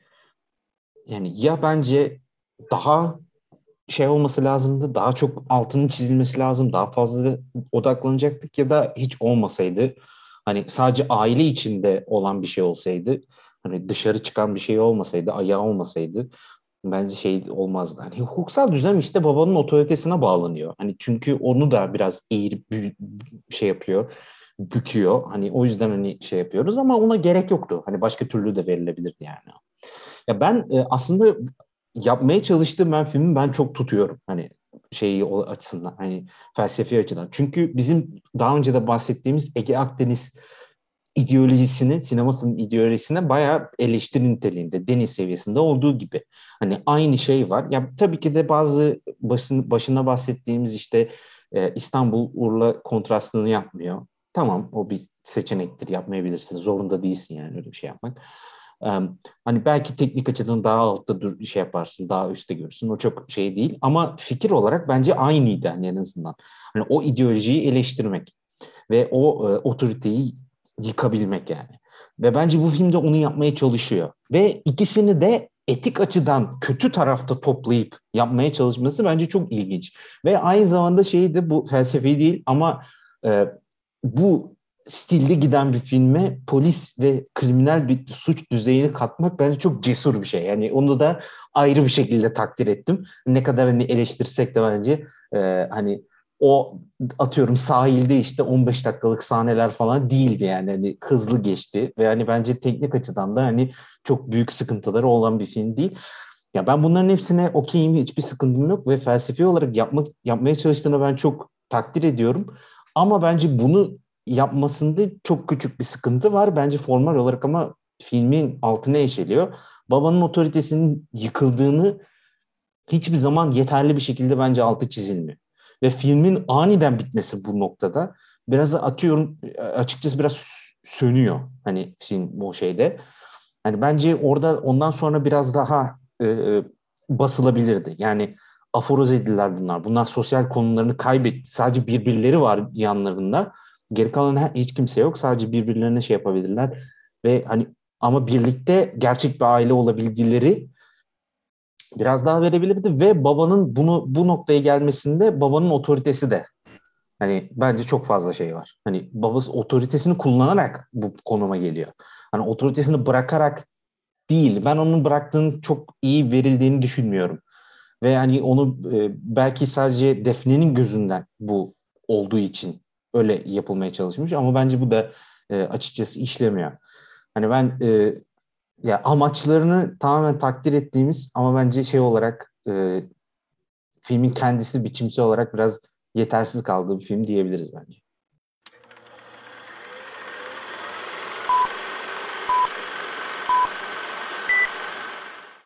yani ya bence daha şey olması lazımdı, daha çok altının çizilmesi lazım, daha fazla odaklanacaktık ya da hiç olmasaydı, hani sadece aile içinde olan bir şey olsaydı, hani dışarı çıkan bir şey olmasaydı, ayağı olmasaydı bence şey olmazdı. Hani hukuksal düzlem işte babanın otoritesine bağlanıyor. Hani çünkü onu da biraz eğirip şey yapıyor, büküyor. Hani o yüzden hani şey yapıyoruz ama ona gerek yoktu. Hani başka türlü de verilebilirdi yani. Ya ben aslında yapmaya çalıştığım filmi ben çok tutuyorum. Hani şeyi o açısından, hani felsefi açıdan. Çünkü bizim daha önce de bahsettiğimiz Ege Akdeniz ideolojisini, sinemasının ideolojisine bayağı eleştiri niteliğinde, deniz seviyesinde olduğu gibi. Hani aynı şey var. Ya tabii ki de bazı başına bahsettiğimiz işte İstanbul-Urla kontrastını yapmıyor. Tamam, o bir seçenektir, yapmayabilirsin. Zorunda değilsin yani öyle bir şey yapmak. Hani belki teknik açıdan daha altta şey yaparsın, daha üstte görürsün. O çok şey değil. Ama fikir olarak bence aynıydı hani en azından. Hani o ideolojiyi eleştirmek ve o otoriteyi yıkabilmek yani. Ve bence bu filmde onu yapmaya çalışıyor. Ve ikisini de etik açıdan kötü tarafta toplayıp yapmaya çalışması bence çok ilginç. Ve aynı zamanda şey de, bu felsefi değil ama e, bu stilde giden bir filme polis ve kriminal bir suç düzeyini katmak bence çok cesur bir şey. Yani onu da ayrı bir şekilde takdir ettim. Ne kadar hani eleştirsek de bence hani o atıyorum sahilde işte 15 dakikalık sahneler falan değildi yani, hani hızlı geçti ve hani bence teknik açıdan da hani çok büyük sıkıntıları olan bir film değil. Ya ben bunların hepsine okeyim, hiçbir sıkıntım yok ve felsefi olarak yapmaya çalıştığını ben çok takdir ediyorum. Ama bence bunu yapmasında çok küçük bir sıkıntı var bence formal olarak, ama filmin altına eşeliyor. Babanın otoritesinin yıkıldığını hiçbir zaman yeterli bir şekilde bence altı çizilmiyor. Ve filmin aniden bitmesi bu noktada biraz da atıyorum açıkçası biraz sönüyor hani film o şeyde. Hani bence orada ondan sonra biraz daha basılabilirdi. Yani aforoz edildiler bunlar. Bunlar sosyal konumlarını kaybetti. Sadece birbirleri var yanlarında. Geri kalan hiç kimse yok. Sadece birbirlerine şey yapabilirler. Ve hani ama birlikte gerçek bir aile olabildiğleri biraz daha verebilirdi ve babanın bu noktaya gelmesinde babanın otoritesi de hani bence çok fazla şey var. Hani babası otoritesini kullanarak bu konuma geliyor. Hani otoritesini bırakarak değil. Ben onun bıraktığını çok iyi verildiğini düşünmüyorum. Ve hani onu belki sadece Defne'nin gözünden bu olduğu için öyle yapılmaya çalışmış ama bence bu da açıkçası işlemiyor. Hani ben ya amaçlarını tamamen takdir ettiğimiz ama bence şey olarak filmin kendisi biçimsel olarak biraz yetersiz kaldığı bir film diyebiliriz bence.